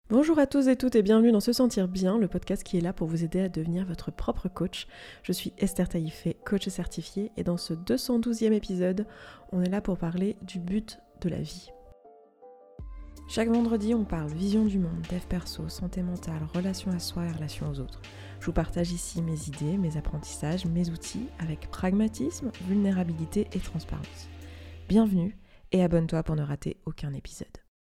Bonjour à tous et toutes et bienvenue dans Se Sentir Bien, le podcast qui est là pour vous aider à devenir votre propre coach. Je suis Esther Taïfé, coach certifiée, et dans ce 212e épisode, on est là pour parler du but de la vie. Chaque vendredi, on parle vision du monde, dev perso, santé mentale, relation à soi et relation aux autres. Je vous partage ici mes idées, mes apprentissages, mes outils, avec pragmatisme, vulnérabilité et transparence. Bienvenue et abonne-toi pour ne rater aucun épisode.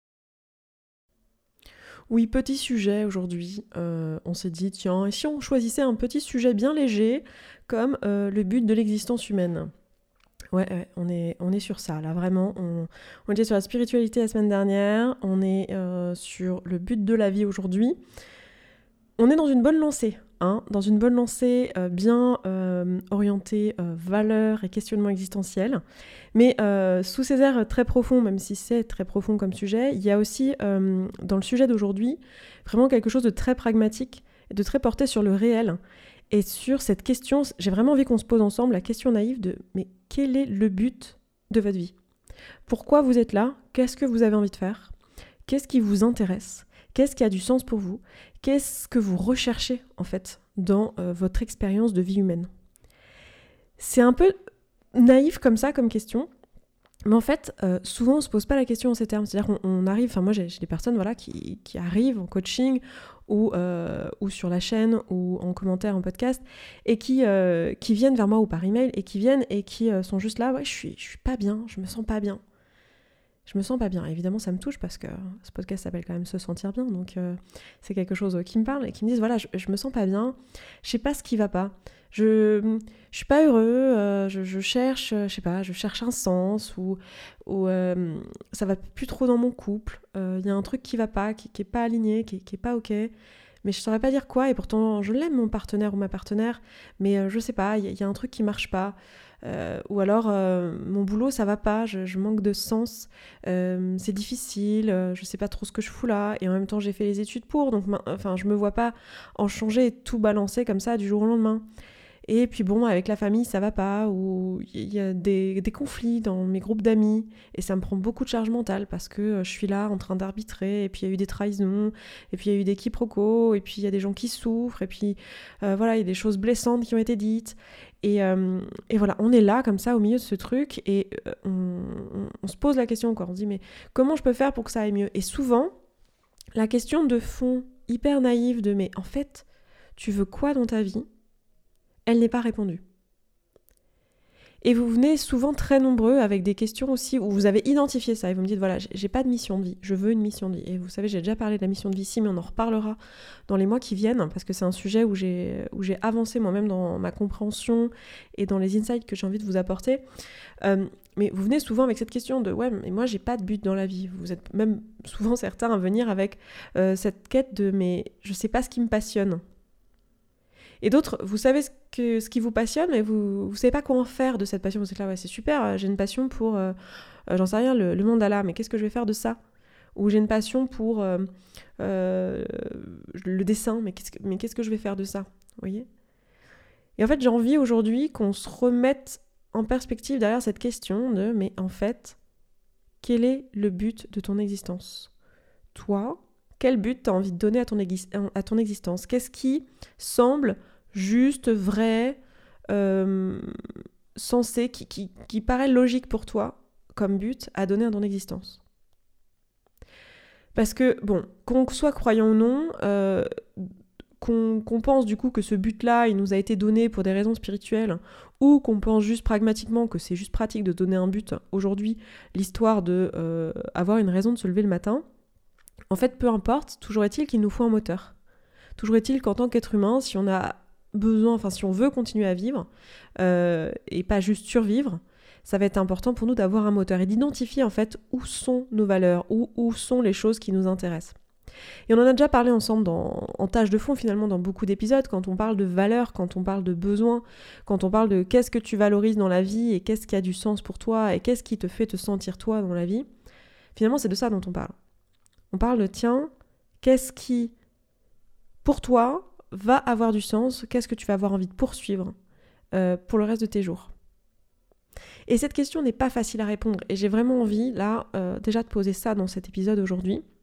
Oui, petit sujet aujourd'hui, on s'est dit, tiens, et si on choisissait un petit sujet bien léger, comme le but de l'existence humaine ? Ouais, on est sur ça, là, vraiment, on était sur la spiritualité la semaine dernière, on est sur le but de la vie aujourd'hui. On est dans une bonne lancée, dans une bonne lancée bien orientée valeurs et questionnement existentiel. Mais sous ces airs très profonds, même si c'est très profond comme sujet, il y a aussi dans le sujet d'aujourd'hui vraiment quelque chose de très pragmatique et de très porté sur le réel. Et sur cette question, j'ai vraiment envie qu'on se pose ensemble la question naïve de « mais quel est le but de votre vie ? Pourquoi vous êtes là ? Qu'est-ce que vous avez envie de faire ? Qu'est-ce qui vous intéresse ? Qu'est-ce qui a du sens pour vous ? Qu'est-ce que vous recherchez en fait dans votre expérience de vie humaine ? C'est un peu naïf comme ça, comme question, mais en fait, souvent on ne se pose pas la question en ces termes. C'est-à-dire qu'on arrive, enfin moi j'ai des personnes voilà, qui arrivent en coaching ou sur la chaîne ou en commentaire, en podcast, et qui viennent vers moi ou par email, et qui viennent et qui sont juste là, ouais, je suis pas bien, je me sens pas bien. Je me sens pas bien. Évidemment, ça me touche parce que ce podcast s'appelle quand même Se Sentir Bien, donc c'est quelque chose qui me parle et qui me disent voilà, je me sens pas bien, je sais pas ce qui va pas, je suis pas heureux, je cherche, je sais pas, je cherche un sens ou ça va plus trop dans mon couple, il y a un truc qui va pas, qui est pas aligné, qui est pas ok. Mais je saurais pas dire quoi, et pourtant je l'aime mon partenaire ou ma partenaire, mais je sais pas, il y a un truc qui marche pas. Ou alors mon boulot ça va pas, je manque de sens, c'est difficile, je sais pas trop ce que je fous là, et en même temps j'ai fait les études pour, donc je me vois pas en changer et tout balancer comme ça du jour au lendemain. Et puis bon, avec la famille ça va pas, ou il y a des conflits dans mes groupes d'amis, et ça me prend beaucoup de charge mentale parce que je suis là en train d'arbitrer, et puis il y a eu des trahisons, et puis il y a eu des quiproquos, et puis il y a des gens qui souffrent, et puis voilà, il y a des choses blessantes qui ont été dites. Et voilà, on est là comme ça au milieu de ce truc, et on se pose la question, quoi. On se dit mais comment je peux faire pour que ça aille mieux ? Et souvent, la question de fond hyper naïve de mais en fait, tu veux quoi dans ta vie ? Elle n'est pas répondue. Et vous venez souvent très nombreux avec des questions aussi où vous avez identifié ça et vous me dites voilà, j'ai pas de mission de vie, je veux une mission de vie. Et vous savez, j'ai déjà parlé de la mission de vie ici, mais on en reparlera dans les mois qui viennent parce que c'est un sujet où j'ai avancé moi-même dans ma compréhension et dans les insights que j'ai envie de vous apporter. Mais vous venez souvent avec cette question de ouais, mais moi j'ai pas de but dans la vie. Vous êtes même souvent certains à venir avec cette quête de mais je sais pas ce qui me passionne. Et d'autres, vous savez ce qui vous passionne, mais vous savez pas quoi en faire de cette passion. Vous êtes là, ouais, c'est super, j'ai une passion pour, j'en sais rien, le mandala, mais qu'est-ce que je vais faire de ça ? Ou j'ai une passion pour le dessin, mais qu'est-ce que je vais faire de ça ? Vous voyez ? Et en fait, j'ai envie aujourd'hui qu'on se remette en perspective derrière cette question de, mais en fait, quel est le but de ton existence ? Toi, quel but tu as envie de donner à ton existence ? Qu'est-ce qui semble juste, vrai, sensé, qui paraît logique pour toi comme but à donner à ton existence ? Parce que, bon, qu'on soit croyant ou non, qu'on pense du coup que ce but-là, il nous a été donné pour des raisons spirituelles, ou qu'on pense juste pragmatiquement que c'est juste pratique de donner un but aujourd'hui, l'histoire de avoir une raison de se lever le matin, en fait, peu importe, toujours est-il qu'il nous faut un moteur. Toujours est-il qu'en tant qu'être humain, si on a besoin, si on veut continuer à vivre, et pas juste survivre, ça va être important pour nous d'avoir un moteur et d'identifier en fait où sont nos valeurs, où sont les choses qui nous intéressent. Et on en a déjà parlé ensemble en tâche de fond finalement dans beaucoup d'épisodes, quand on parle de valeurs, quand on parle de besoins, quand on parle de qu'est-ce que tu valorises dans la vie et qu'est-ce qui a du sens pour toi et qu'est-ce qui te fait te sentir toi dans la vie. Finalement, c'est de ça dont on parle. On parle de tiens, qu'est-ce qui, pour toi, va avoir du sens ? Qu'est-ce que tu vas avoir envie de poursuivre pour le reste de tes jours ? Et cette question n'est pas facile à répondre. Et j'ai vraiment envie, là, déjà de poser ça dans cet épisode aujourd'hui.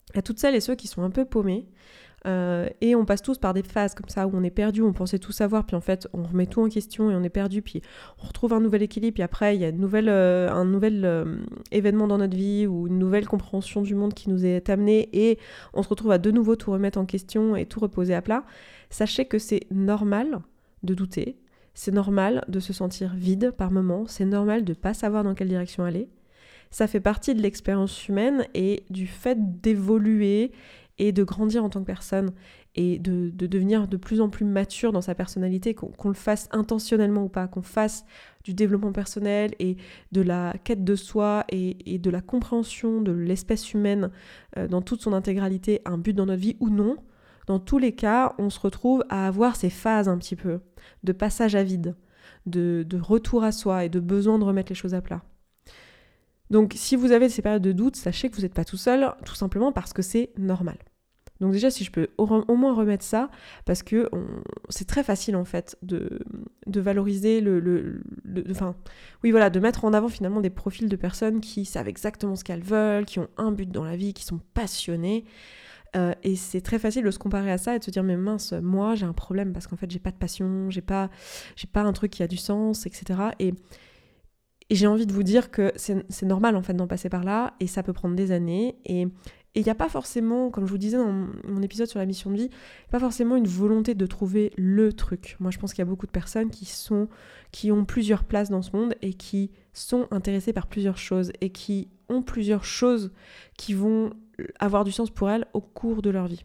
À toutes celles et ceux qui sont un peu paumés, et on passe tous par des phases comme ça où on est perdu, on pensait tout savoir, puis en fait on remet tout en question et on est perdu, puis on retrouve un nouvel équilibre, puis après il y a un nouvel événement dans notre vie ou une nouvelle compréhension du monde qui nous est amenée et on se retrouve à de nouveau tout remettre en question et tout reposer à plat. Sachez que c'est normal de douter, c'est normal de se sentir vide par moments, c'est normal de ne pas savoir dans quelle direction aller. Ça fait partie de l'expérience humaine et du fait d'évoluer et de grandir en tant que personne et de devenir de plus en plus mature dans sa personnalité, qu'on le fasse intentionnellement ou pas, qu'on fasse du développement personnel et de la quête de soi et de la compréhension de l'espèce humaine dans toute son intégralité, un but dans notre vie ou non. Dans tous les cas, on se retrouve à avoir ces phases un petit peu de passage à vide, de retour à soi et de besoin de remettre les choses à plat. Donc si vous avez ces périodes de doute, sachez que vous n'êtes pas tout seul, tout simplement parce que c'est normal. Donc déjà, si je peux au moins remettre ça, parce que c'est très facile en fait de valoriser de mettre en avant finalement des profils de personnes qui savent exactement ce qu'elles veulent, qui ont un but dans la vie, qui sont passionnées. Et c'est très facile de se comparer à ça et de se dire mais mince, moi j'ai un problème parce qu'en fait j'ai pas de passion, j'ai pas un truc qui a du sens, etc. Et j'ai envie de vous dire que c'est normal en fait d'en passer par là et ça peut prendre des années et il n'y a pas forcément, comme je vous disais dans mon épisode sur la mission de vie, pas forcément une volonté de trouver le truc. Moi je pense qu'il y a beaucoup de personnes qui ont plusieurs places dans ce monde et qui sont intéressées par plusieurs choses et qui ont plusieurs choses qui vont avoir du sens pour elles au cours de leur vie.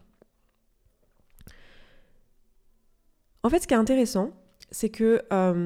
En fait ce qui est intéressant, c'est que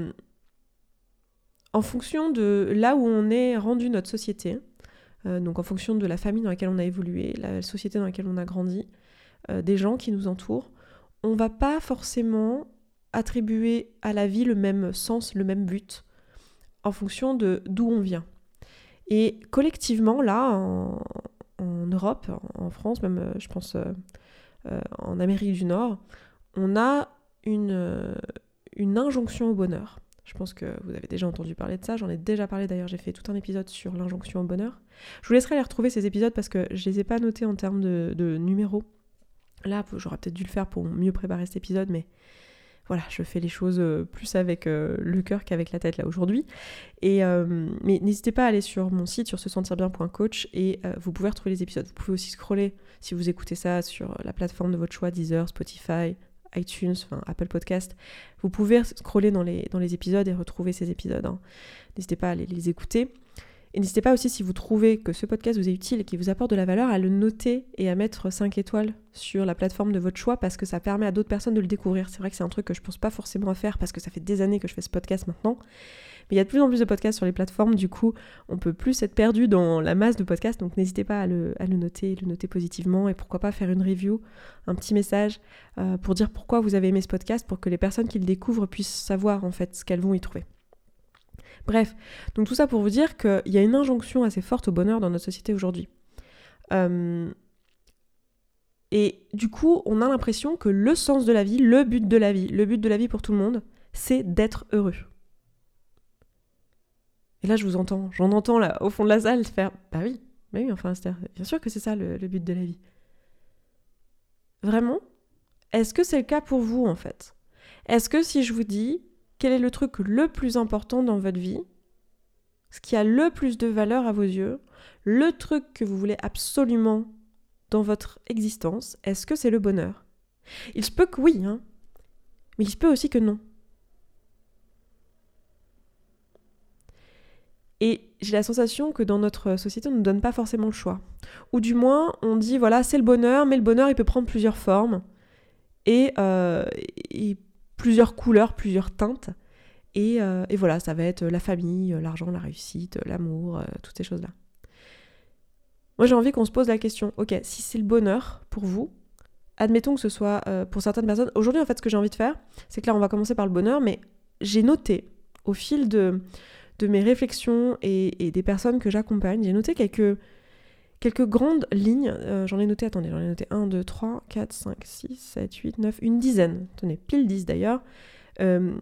en fonction de là où on est rendu notre société, donc en fonction de la famille dans laquelle on a évolué, la société dans laquelle on a grandi, des gens qui nous entourent, on ne va pas forcément attribuer à la vie le même sens, le même but, en fonction de d'où on vient. Et collectivement, là, en Europe, en France, même je pense en Amérique du Nord, on a une injonction au bonheur. Je pense que vous avez déjà entendu parler de ça, j'en ai déjà parlé d'ailleurs, j'ai fait tout un épisode sur l'injonction au bonheur. Je vous laisserai aller retrouver ces épisodes parce que je les ai pas notés en termes de numéros. Là, j'aurais peut-être dû le faire pour mieux préparer cet épisode, mais voilà, je fais les choses plus avec le cœur qu'avec la tête là aujourd'hui. Mais n'hésitez pas à aller sur mon site, sur sesentirbien.coach et vous pouvez retrouver les épisodes. Vous pouvez aussi scroller si vous écoutez ça sur la plateforme de votre choix, Deezer, Spotify, iTunes, enfin Apple Podcast. Vous pouvez scroller dans les épisodes et retrouver ces épisodes. N'hésitez pas à les écouter. Et n'hésitez pas aussi, si vous trouvez que ce podcast vous est utile et qu'il vous apporte de la valeur, à le noter et à mettre 5 étoiles sur la plateforme de votre choix parce que ça permet à d'autres personnes de le découvrir. C'est vrai que c'est un truc que je pense pas forcément à faire parce que ça fait des années que je fais ce podcast maintenant. Mais il y a de plus en plus de podcasts sur les plateformes, du coup, on peut plus être perdu dans la masse de podcasts, donc n'hésitez pas à le noter positivement et pourquoi pas faire une review, un petit message pour dire pourquoi vous avez aimé ce podcast, pour que les personnes qui le découvrent puissent savoir en fait ce qu'elles vont y trouver. Bref, donc tout ça pour vous dire qu'il y a une injonction assez forte au bonheur dans notre société aujourd'hui. Et du coup, on a l'impression que le sens de la vie, le but de la vie pour tout le monde, c'est d'être heureux. Et là, j'en entends là, au fond de la salle, faire « Bah oui, enfin, bien sûr que c'est ça le but de la vie. » Vraiment ? Est-ce que c'est le cas pour vous, en fait ? Est-ce que si je vous dis quel est le truc le plus important dans votre vie, ce qui a le plus de valeur à vos yeux, le truc que vous voulez absolument dans votre existence, est-ce que c'est le bonheur ? Il se peut que oui, mais il se peut aussi que non. Et j'ai la sensation que dans notre société, on ne nous donne pas forcément le choix. Ou du moins, on dit, voilà, c'est le bonheur, mais le bonheur, il peut prendre plusieurs formes et plusieurs couleurs, plusieurs teintes. Et voilà, ça va être la famille, l'argent, la réussite, l'amour, toutes ces choses-là. Moi, j'ai envie qu'on se pose la question, ok, si c'est le bonheur pour vous, admettons que ce soit pour certaines personnes. Aujourd'hui, en fait, ce que j'ai envie de faire, c'est que là, on va commencer par le bonheur, mais j'ai noté au fil de mes réflexions et des personnes que j'accompagne, j'ai noté quelques grandes lignes. J'en ai noté 1, 2, 3, 4, 5, 6, 7, 8, 9, une dizaine. Tenez, pile 10 d'ailleurs.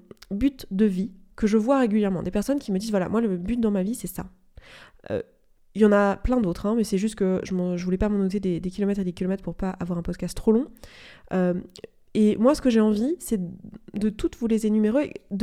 But de vie que je vois régulièrement. Des personnes qui me disent, voilà, moi, le but dans ma vie, c'est ça. Il y en a plein d'autres, mais c'est juste que je voulais pas m'en noter des kilomètres et des kilomètres pour pas avoir un podcast trop long. Et moi, ce que j'ai envie, c'est de toutes les énumérer, et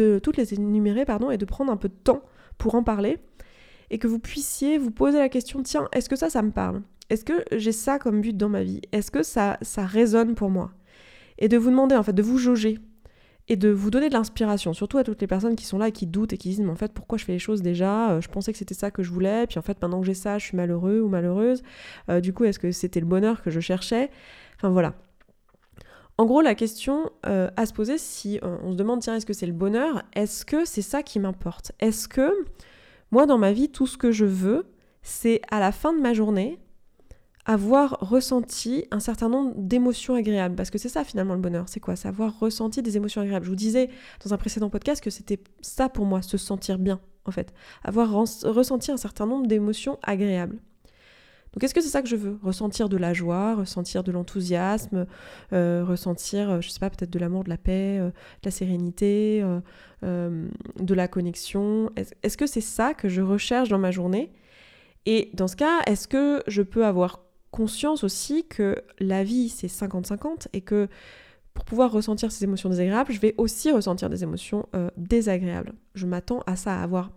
de prendre un peu de temps pour en parler, et que vous puissiez vous poser la question, tiens, est-ce que ça me parle ? Est-ce que j'ai ça comme but dans ma vie ? Est-ce que ça résonne pour moi ? Et de vous demander, en fait, de vous jauger, et de vous donner de l'inspiration, surtout à toutes les personnes qui sont là et qui doutent et qui disent, mais en fait, pourquoi je fais les choses déjà ? Je pensais que c'était ça que je voulais, puis en fait, maintenant que j'ai ça, je suis malheureux ou malheureuse. Du coup, est-ce que c'était le bonheur que je cherchais ? Enfin, voilà. En gros, la question à se poser, si on se demande, tiens, est-ce que c'est le bonheur ? Est-ce que c'est ça qui m'importe ? Est-ce que, moi, dans ma vie, tout ce que je veux, c'est à la fin de ma journée, avoir ressenti un certain nombre d'émotions agréables. Parce que c'est ça, finalement, le bonheur. C'est quoi ? C'est avoir ressenti des émotions agréables. Je vous disais dans un précédent podcast que c'était ça pour moi, se sentir bien, en fait. Avoir ressenti un certain nombre d'émotions agréables. Donc est-ce que c'est ça que je veux ? Ressentir de la joie, ressentir de l'enthousiasme, ressentir, je sais pas, peut-être de l'amour, de la paix, de la sérénité, de la connexion. Est-ce que c'est ça que je recherche dans ma journée ? Et dans ce cas, est-ce que je peux avoir conscience aussi que la vie, c'est 50-50 et que pour pouvoir ressentir ces émotions désagréables, je vais aussi ressentir des émotions désagréables. Je m'attends à ça, à avoir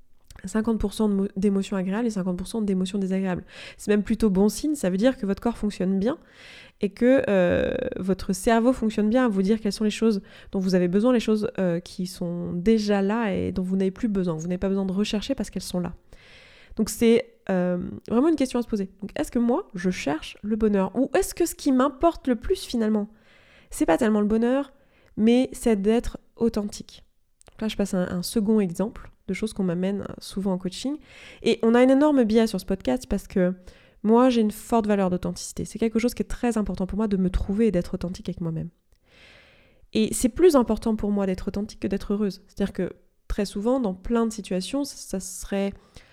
50% d'émotions agréables et 50% d'émotions désagréables. C'est même plutôt bon signe, ça veut dire que votre corps fonctionne bien et que votre cerveau fonctionne bien à vous dire quelles sont les choses dont vous avez besoin, les choses qui sont déjà là et dont vous n'avez plus besoin. Vous n'avez pas besoin de rechercher parce qu'elles sont là. Donc c'est vraiment une question à se poser. Donc est-ce que moi, je cherche le bonheur ? Ou est-ce que ce qui m'importe le plus finalement, c'est pas tellement le bonheur, mais c'est d'être authentique. Donc là, je passe à un second exemple de choses qu'on m'amène souvent en coaching. Et on a un énorme biais sur ce podcast parce que moi, j'ai une forte valeur d'authenticité. C'est quelque chose qui est très important pour moi de me trouver et d'être authentique avec moi-même. Et c'est plus important pour moi d'être authentique que d'être heureuse. C'est-à-dire que très souvent, dans plein de situations, ça serait...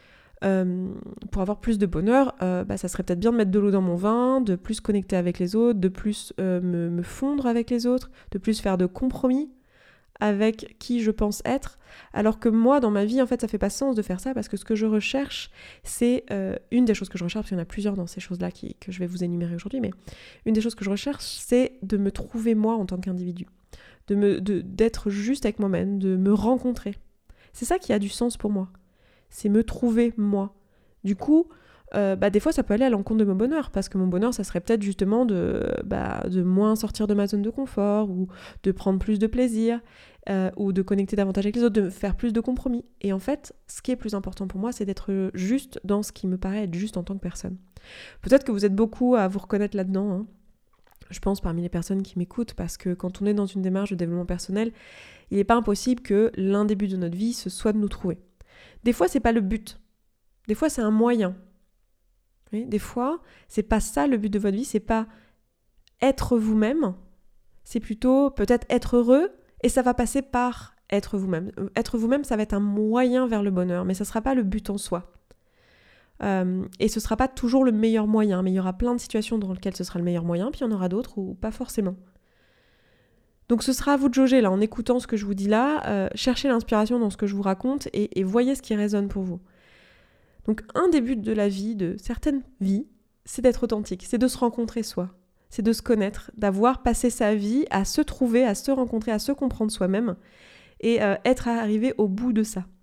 pour avoir plus de bonheur, ça serait peut-être bien de mettre de l'eau dans mon vin, de plus connecter avec les autres, de plus me fondre avec les autres, de plus faire de compromis avec qui je pense être, alors que moi, dans ma vie, en fait, ça fait pas sens de faire ça, parce que ce que je recherche, c'est une des choses que je recherche, parce qu'il y en a plusieurs dans ces choses-là que je vais vous énumérer aujourd'hui, mais une des choses que je recherche, c'est de me trouver moi en tant qu'individu, d'être juste avec moi-même, de me rencontrer. C'est ça qui a du sens pour moi. C'est me trouver moi. Du coup, des fois, ça peut aller à l'encontre de mon bonheur, parce que mon bonheur, ça serait peut-être justement de moins sortir de ma zone de confort, ou de prendre plus de plaisir, ou de connecter davantage avec les autres, de faire plus de compromis. Et en fait, ce qui est plus important pour moi, c'est d'être juste dans ce qui me paraît être juste en tant que personne. Peut-être que vous êtes beaucoup à vous reconnaître là-dedans, hein. Je pense parmi les personnes qui m'écoutent, parce que quand on est dans une démarche de développement personnel, il n'est pas impossible que l'un des buts de notre vie, ce soit de nous trouver. Des fois, c'est pas le but. Des fois, c'est un moyen. Oui, des fois, c'est pas ça le but de votre vie, c'est pas être vous-même, c'est plutôt peut-être être heureux, et ça va passer par être vous-même. Être vous-même, ça va être un moyen vers le bonheur, mais ça sera pas le but en soi. Et ce sera pas toujours le meilleur moyen, mais il y aura plein de situations dans lesquelles ce sera le meilleur moyen, puis il y en aura d'autres où pas forcément. Donc ce sera à vous de jauger là, en écoutant ce que je vous dis là, cherchez l'inspiration dans ce que je vous raconte et voyez ce qui résonne pour vous. Donc un des buts de la vie, de certaines vies, c'est d'être authentique, c'est de se rencontrer soi, c'est de se connaître, d'avoir passé sa vie à se trouver, à se rencontrer, à se comprendre soi-même et être arrivé au bout de ça.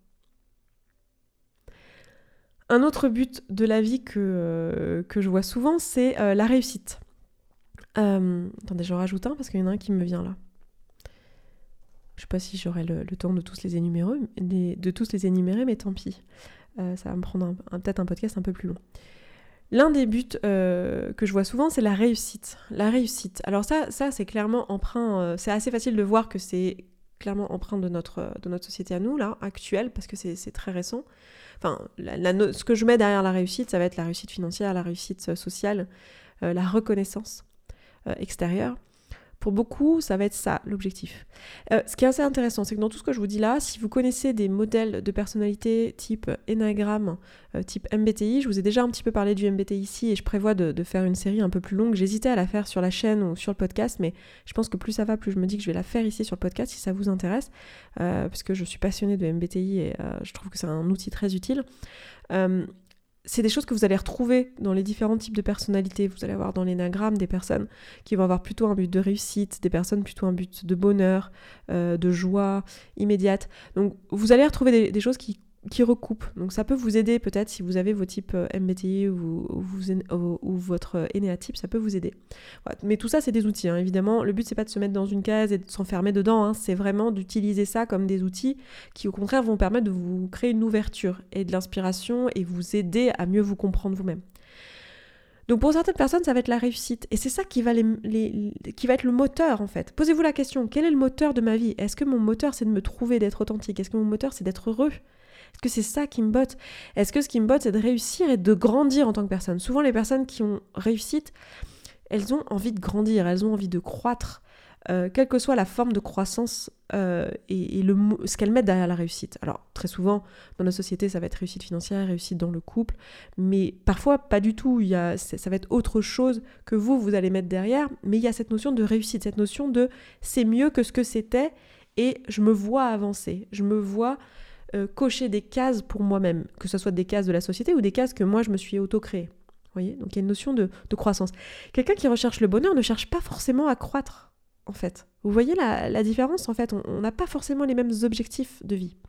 Un autre but de la vie que je vois souvent, c'est la réussite. Attendez, j'en rajoute un parce qu'il y en a un qui me vient là. Je ne sais pas si j'aurai le temps de tous les énumérer, mais tant pis. Ça va me prendre peut-être un podcast un peu plus long. L'un des buts que je vois souvent, c'est la réussite. La réussite. Alors ça c'est clairement empreint, c'est assez facile de voir que c'est clairement empreint de notre société à nous, là, actuelle, parce que c'est très récent. Enfin, ce que je mets derrière la réussite, ça va être la réussite financière, la réussite sociale, la reconnaissance extérieure. Pour beaucoup, ça va être ça, l'objectif. Ce qui est assez intéressant, c'est que dans tout ce que je vous dis là, si vous connaissez des modèles de personnalité type Enneagramme, type MBTI, je vous ai déjà un petit peu parlé du MBTI ici et je prévois de faire une série un peu plus longue. J'hésitais à la faire sur la chaîne ou sur le podcast, mais je pense que plus ça va, plus je me dis que je vais la faire ici sur le podcast si ça vous intéresse, parce que je suis passionnée de MBTI et je trouve que c'est un outil très utile. c'est des choses que vous allez retrouver dans les différents types de personnalités. Vous allez avoir dans l'énagramme des personnes qui vont avoir plutôt un but de réussite, des personnes plutôt un but de bonheur, de joie immédiate. Donc vous allez retrouver des choses qui recoupent. Donc ça peut vous aider peut-être si vous avez vos types MBTI ou votre énéatype, ça peut vous aider. Voilà. Mais tout ça c'est des outils, hein. Évidemment, le but c'est pas de se mettre dans une case et de s'enfermer dedans, hein. C'est vraiment d'utiliser ça comme des outils qui au contraire vont permettre de vous créer une ouverture et de l'inspiration et vous aider à mieux vous comprendre vous-même. Donc pour certaines personnes, ça va être la réussite. Et c'est ça qui va être le moteur en fait. Posez-vous la question, quel est le moteur de ma vie ? Est-ce que mon moteur c'est de me trouver, d'être authentique ? Est-ce que mon moteur c'est d'être heureux ? Est-ce que c'est ça qui me botte ? Est-ce que ce qui me botte, c'est de réussir et de grandir en tant que personne ? Souvent, les personnes qui ont réussite, elles ont envie de grandir, elles ont envie de croître, quelle que soit la forme de croissance et ce qu'elles mettent derrière la réussite. Alors, très souvent, dans nos sociétés, ça va être réussite financière, réussite dans le couple, mais parfois, pas du tout. Ça va être autre chose que vous allez mettre derrière, mais il y a cette notion de réussite, cette notion de c'est mieux que ce que c'était et je me vois avancer, je me vois cocher des cases pour moi-même, que ce soit des cases de la société ou des cases que moi je me suis auto-créées. Vous voyez ? Donc il y a une notion de croissance. Quelqu'un qui recherche le bonheur ne cherche pas forcément à croître, en fait. Vous voyez la différence ? En fait, on n'a pas forcément les mêmes objectifs de vie.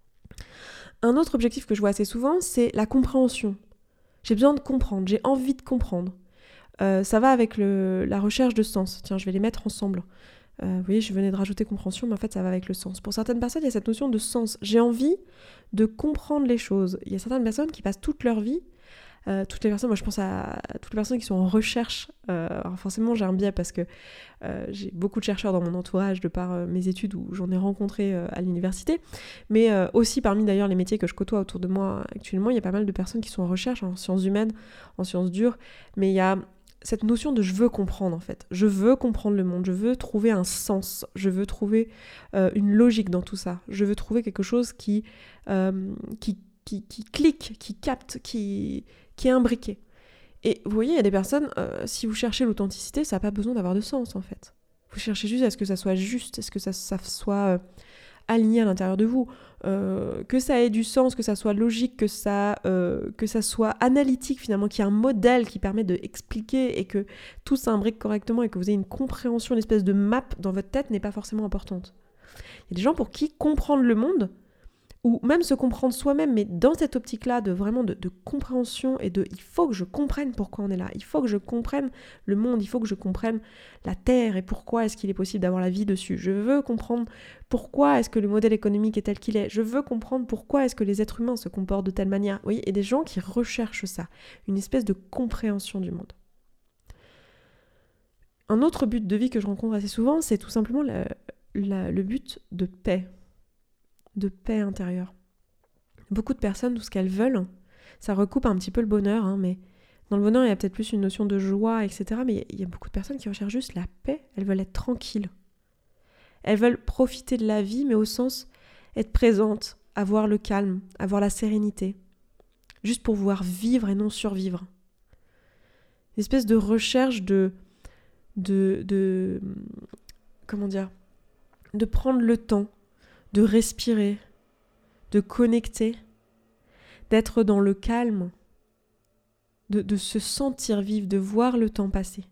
Un autre objectif que je vois assez souvent, c'est la compréhension. J'ai besoin de comprendre, j'ai envie de comprendre. Ça va avec la recherche de sens. Tiens, je vais les mettre ensemble. Vous voyez, je venais de rajouter compréhension, mais en fait, ça va avec le sens. Pour certaines personnes, il y a cette notion de sens. J'ai envie de comprendre les choses. Il y a certaines personnes qui passent toute leur vie, toutes les personnes, moi je pense à toutes les personnes qui sont en recherche. Alors forcément, j'ai un biais parce que j'ai beaucoup de chercheurs dans mon entourage de par mes études où j'en ai rencontré à l'université, mais aussi parmi d'ailleurs les métiers que je côtoie autour de moi actuellement, il y a pas mal de personnes qui sont en recherche en sciences humaines, en sciences dures, mais il y a cette notion de je veux comprendre en fait. Je veux comprendre le monde, je veux trouver un sens, je veux trouver une logique dans tout ça. Je veux trouver quelque chose qui clique, qui capte, qui est imbriqué. Et vous voyez, il y a des personnes, si vous cherchez l'authenticité, ça n'a pas besoin d'avoir de sens en fait. Vous cherchez juste à ce que ça soit juste, à ce que ça soit aligné à l'intérieur de vous, que ça ait du sens, que ça soit logique, que ça soit analytique finalement, qu'il y ait un modèle qui permet d'expliquer et que tout s'imbrique correctement et que vous ayez une compréhension, une espèce de map dans votre tête n'est pas forcément importante. Il y a des gens pour qui comprendre le monde, ou même se comprendre soi-même, mais dans cette optique-là de vraiment de compréhension et il faut que je comprenne pourquoi on est là, il faut que je comprenne le monde, il faut que je comprenne la Terre et pourquoi est-ce qu'il est possible d'avoir la vie dessus. Je veux comprendre pourquoi est-ce que le modèle économique est tel qu'il est. Je veux comprendre pourquoi est-ce que les êtres humains se comportent de telle manière. Vous voyez, et des gens qui recherchent ça, une espèce de compréhension du monde. Un autre but de vie que je rencontre assez souvent, c'est tout simplement le but de paix intérieure. Beaucoup de personnes, tout ce qu'elles veulent, ça recoupe un petit peu le bonheur, hein, mais dans le bonheur, il y a peut-être plus une notion de joie, etc. Mais il y a beaucoup de personnes qui recherchent juste la paix, elles veulent être tranquilles. Elles veulent profiter de la vie, mais au sens être présentes, avoir le calme, avoir la sérénité, juste pour pouvoir vivre et non survivre. Une espèce de recherche de comment dire, de prendre le temps, de respirer, de connecter, d'être dans le calme, de se sentir vivre, de voir le temps passer.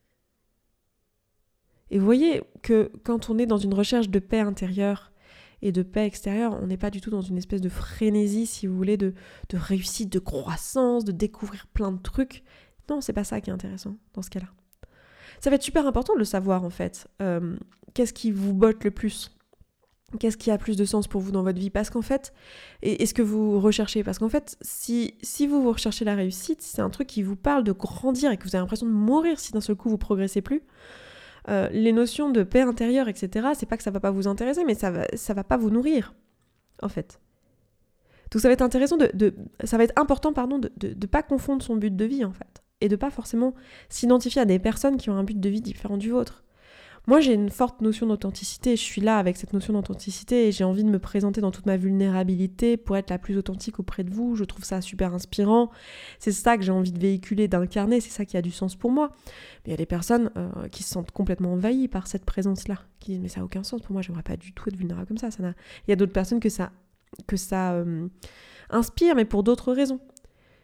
Et vous voyez que quand on est dans une recherche de paix intérieure et de paix extérieure, on n'est pas du tout dans une espèce de frénésie, si vous voulez, de réussite, de croissance, de découvrir plein de trucs. Non, c'est pas ça qui est intéressant dans ce cas-là. Ça va être super important de le savoir en fait. Qu'est-ce qui vous botte le plus ? Qu'est-ce qui a plus de sens pour vous dans votre vie ? Parce qu'en fait, et ce que vous recherchez, parce qu'en fait, si vous recherchez la réussite, c'est un truc qui vous parle de grandir et que vous avez l'impression de mourir si d'un seul coup vous progressez plus, les notions de paix intérieure, etc., c'est pas que ça va pas vous intéresser, mais ça va pas vous nourrir, en fait. Donc ça va être intéressant ça va être important, de pas confondre son but de vie, en fait, et de pas forcément s'identifier à des personnes qui ont un but de vie différent du vôtre. Moi, j'ai une forte notion d'authenticité, je suis là avec cette notion d'authenticité et j'ai envie de me présenter dans toute ma vulnérabilité pour être la plus authentique auprès de vous. Je trouve ça super inspirant. C'est ça que j'ai envie de véhiculer, d'incarner, c'est ça qui a du sens pour moi. Mais il y a des personnes qui se sentent complètement envahies par cette présence-là, qui disent « mais ça n'a aucun sens pour moi, j'aimerais pas du tout être vulnérable comme ça. » Il y a d'autres personnes que ça inspire, mais pour d'autres raisons.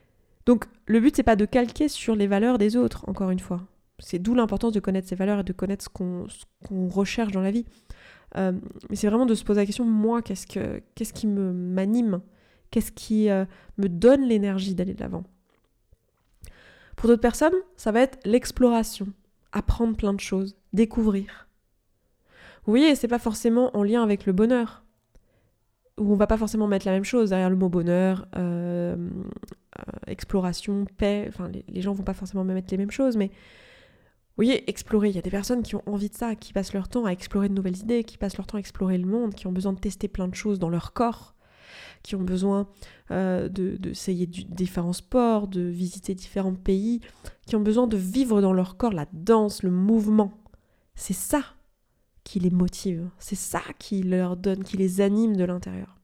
Donc le but, c'est pas de calquer sur les valeurs des autres, encore une fois. C'est d'où l'importance de connaître ses valeurs et de connaître ce qu'on recherche dans la vie. Mais c'est vraiment de se poser la question, moi, qu'est-ce qui m'anime ? Qu'est-ce qui me donne l'énergie d'aller de l'avant ? Pour d'autres personnes, ça va être l'exploration, apprendre plein de choses, découvrir. Vous voyez, c'est pas forcément en lien avec le bonheur, où on va pas forcément mettre la même chose derrière le mot bonheur, exploration, paix, enfin les gens vont pas forcément mettre les mêmes choses, mais vous voyez, explorer, il y a des personnes qui ont envie de ça, qui passent leur temps à explorer de nouvelles idées, qui passent leur temps à explorer le monde, qui ont besoin de tester plein de choses dans leur corps, qui ont besoin d'essayer différents sports, de visiter différents pays, qui ont besoin de vivre dans leur corps la danse, le mouvement. C'est ça qui les motive, c'est ça qui leur donne, qui les anime de l'intérieur.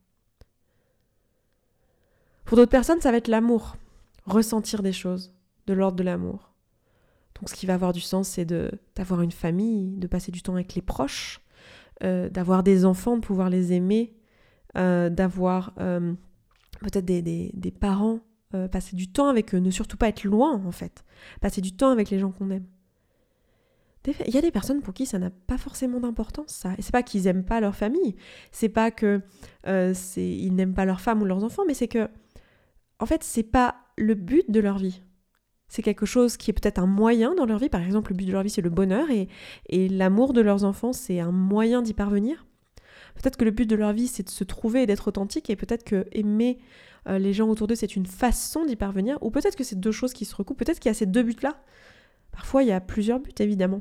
Pour d'autres personnes, ça va être l'amour, ressentir des choses, de l'ordre de l'amour. Donc ce qui va avoir du sens, c'est d'avoir une famille, de passer du temps avec les proches, d'avoir des enfants, de pouvoir les aimer, d'avoir peut-être des parents, passer du temps avec eux, ne surtout pas être loin en fait, passer du temps avec les gens qu'on aime. Il y a des personnes pour qui ça n'a pas forcément d'importance, ça. Et c'est pas qu'ils aiment pas leur famille, c'est pas que ils n'aiment pas leur femme ou leurs enfants, mais c'est que, en fait, c'est pas le but de leur vie. C'est quelque chose qui est peut-être un moyen dans leur vie. Par exemple, le but de leur vie, c'est le bonheur, et l'amour de leurs enfants, c'est un moyen d'y parvenir. Peut-être que le but de leur vie, c'est de se trouver et d'être authentique, et peut-être que aimer les gens autour d'eux, c'est une façon d'y parvenir, ou peut-être que c'est deux choses qui se recoupent, peut-être qu'il y a ces deux buts-là. Parfois, il y a plusieurs buts, évidemment.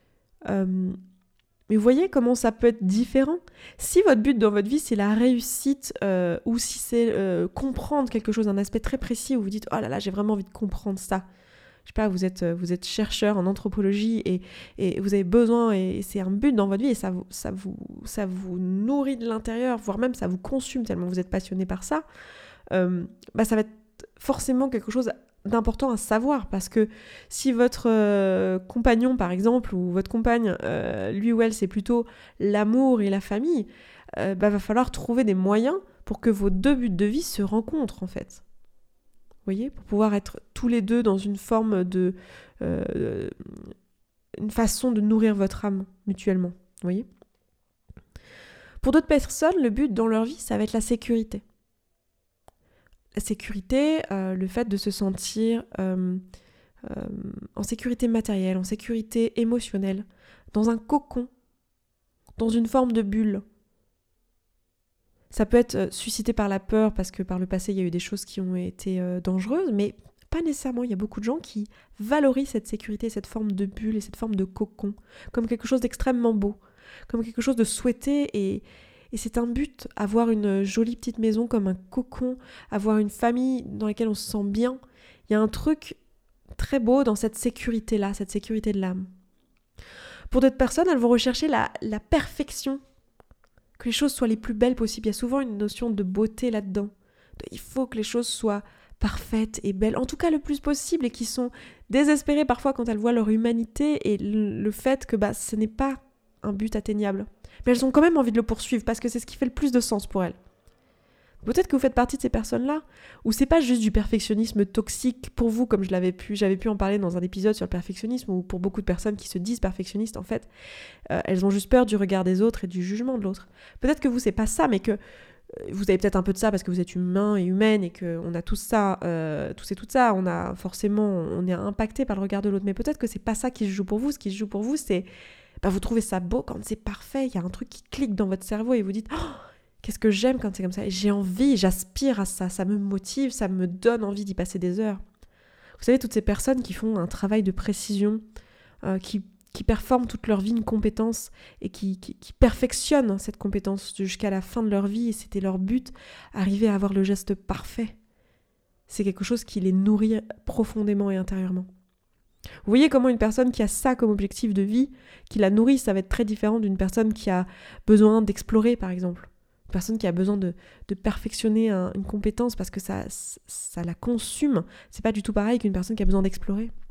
Mais vous voyez comment ça peut être différent ? Si votre but dans votre vie, c'est la réussite, ou si c'est comprendre quelque chose, un aspect très précis, où vous dites « Oh là là, j'ai vraiment envie de comprendre ça », je sais pas, vous êtes chercheur en anthropologie et vous avez besoin, et c'est un but dans votre vie, et ça vous nourrit de l'intérieur, voire même ça vous consume tellement vous êtes passionné par ça, ça va être forcément quelque chose d'important à savoir, parce que si votre compagnon par exemple, ou votre compagne, lui ou elle, c'est plutôt l'amour et la famille, va falloir trouver des moyens pour que vos deux buts de vie se rencontrent en fait. Vous voyez, pour pouvoir être tous les deux dans une forme de... une façon de nourrir votre âme mutuellement. Vous voyez ? Pour d'autres personnes, le but dans leur vie, ça va être la sécurité. La sécurité, le fait de se sentir en sécurité matérielle, en sécurité émotionnelle, dans un cocon, dans une forme de bulle. Ça peut être suscité par la peur, parce que par le passé, il y a eu des choses qui ont été dangereuses, mais pas nécessairement. Il y a beaucoup de gens qui valorisent cette sécurité, cette forme de bulle et cette forme de cocon, comme quelque chose d'extrêmement beau, comme quelque chose de souhaité, et c'est un but, avoir une jolie petite maison comme un cocon, avoir une famille dans laquelle on se sent bien. Il y a un truc très beau dans cette sécurité-là, cette sécurité de l'âme. Pour d'autres personnes, elles vont rechercher la perfection, que les choses soient les plus belles possibles. Il y a souvent une notion de beauté là-dedans. Il faut que les choses soient parfaites et belles, en tout cas le plus possible, et qui sont désespérées parfois quand elles voient leur humanité et le fait que ce n'est pas un but atteignable. Mais elles ont quand même envie de le poursuivre, parce que c'est ce qui fait le plus de sens pour elles. Peut-être que vous faites partie de ces personnes-là, où c'est pas juste du perfectionnisme toxique pour vous, comme j'avais pu en parler dans un épisode sur le perfectionnisme, ou pour beaucoup de personnes qui se disent perfectionnistes, en fait, elles ont juste peur du regard des autres et du jugement de l'autre. Peut-être que vous, c'est pas ça, mais que vous avez peut-être un peu de ça parce que vous êtes humain et humaine, et qu'on a tous ça, tous et toutes ça, on est impacté par le regard de l'autre, mais peut-être que c'est pas ça qui se joue pour vous. Ce qui se joue pour vous, c'est vous trouvez ça beau quand c'est parfait, il y a un truc qui clique dans votre cerveau et vous dites « Oh, qu'est-ce que j'aime quand c'est comme ça, et j'ai envie, j'aspire à ça, ça me motive, ça me donne envie d'y passer des heures. » Vous savez, toutes ces personnes qui font un travail de précision, qui performent toute leur vie une compétence, et qui perfectionnent cette compétence jusqu'à la fin de leur vie, et c'était leur but, arriver à avoir le geste parfait. C'est quelque chose qui les nourrit profondément et intérieurement. Vous voyez comment une personne qui a ça comme objectif de vie, qui la nourrit, ça va être très différent d'une personne qui a besoin d'explorer, par exemple. Une personne qui a besoin de perfectionner une compétence parce que ça la consume. C'est pas du tout pareil qu'une personne qui a besoin d'explorer.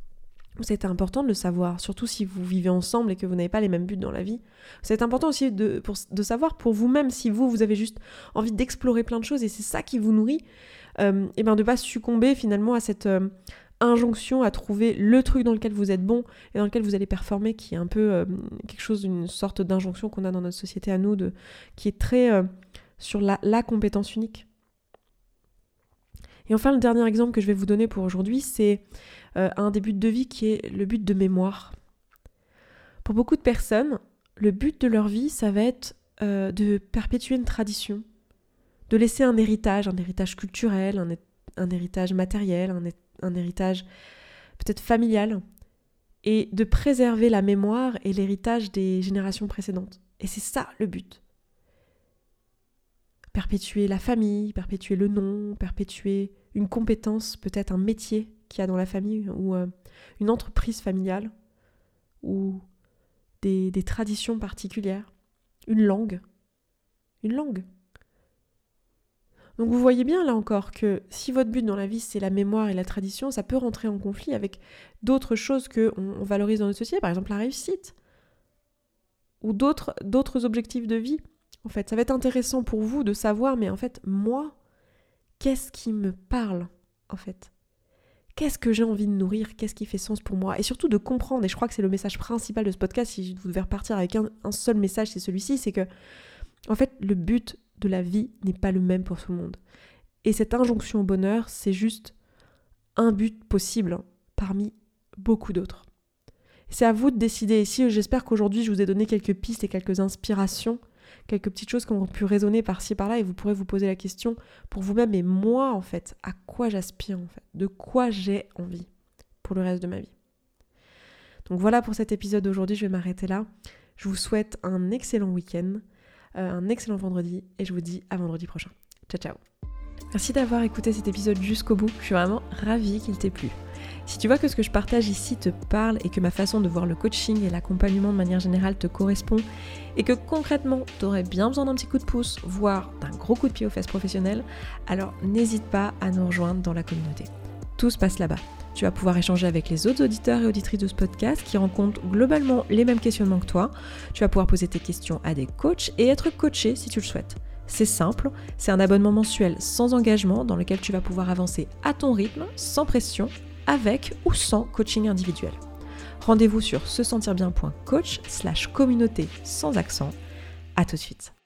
C'est important de le savoir, surtout si vous vivez ensemble et que vous n'avez pas les mêmes buts dans la vie. C'est important aussi de savoir pour vous-même, si vous avez juste envie d'explorer plein de choses et c'est ça qui vous nourrit, et de ne pas succomber finalement à cette injonction à trouver le truc dans lequel vous êtes bon et dans lequel vous allez performer, qui est un peu quelque chose, une sorte d'injonction qu'on a dans notre société à nous, qui est très sur la compétence unique. Et enfin, le dernier exemple que je vais vous donner pour aujourd'hui, c'est un des buts de vie qui est le but de mémoire. Pour beaucoup de personnes, le but de leur vie, ça va être de perpétuer une tradition, de laisser un héritage culturel, un héritage matériel, un héritage peut-être familial, et de préserver la mémoire et l'héritage des générations précédentes. Et c'est ça le but. Perpétuer la famille, perpétuer le nom, perpétuer une compétence, peut-être un métier qu'il y a dans la famille, ou une entreprise familiale, ou des traditions particulières, une langue. Donc vous voyez bien là encore que si votre but dans la vie c'est la mémoire et la tradition, ça peut rentrer en conflit avec d'autres choses qu'on valorise dans notre société, par exemple la réussite, ou d'autres objectifs de vie. En fait, ça va être intéressant pour vous de savoir, mais en fait, moi, qu'est-ce qui me parle, en fait ? Qu'est-ce que j'ai envie de nourrir ? Qu'est-ce qui fait sens pour moi ? Et surtout de comprendre, et je crois que c'est le message principal de ce podcast, si vous devez repartir avec un seul message, c'est celui-ci, c'est que, en fait, le but de la vie n'est pas le même pour tout le monde. Et cette injonction au bonheur, c'est juste un but possible parmi beaucoup d'autres. C'est à vous de décider. Et si j'espère qu'aujourd'hui, je vous ai donné quelques pistes et quelques inspirations, quelques petites choses qui ont pu résonner par-ci par-là, et vous pourrez vous poser la question pour vous-même, et moi en fait, à quoi j'aspire en fait, de quoi j'ai envie pour le reste de ma vie. Donc voilà pour cet épisode d'aujourd'hui, je vais m'arrêter là. Je vous souhaite un excellent week-end, un excellent vendredi, et je vous dis à vendredi prochain. Ciao ciao. Merci d'avoir écouté cet épisode jusqu'au bout, je suis vraiment ravie qu'il t'ait plu. Si tu vois que ce que je partage ici te parle et que ma façon de voir le coaching et l'accompagnement de manière générale te correspond et que concrètement tu aurais bien besoin d'un petit coup de pouce, voire d'un gros coup de pied aux fesses professionnelles, alors n'hésite pas à nous rejoindre dans la communauté. Tout se passe là-bas. Tu vas pouvoir échanger avec les autres auditeurs et auditrices de ce podcast qui rencontrent globalement les mêmes questionnements que toi. Tu vas pouvoir poser tes questions à des coachs et être coaché si tu le souhaites. C'est simple, c'est un abonnement mensuel sans engagement dans lequel tu vas pouvoir avancer à ton rythme, sans pression, avec ou sans coaching individuel. Rendez-vous sur sesentirbien.coach/communauté sans accent. À tout de suite.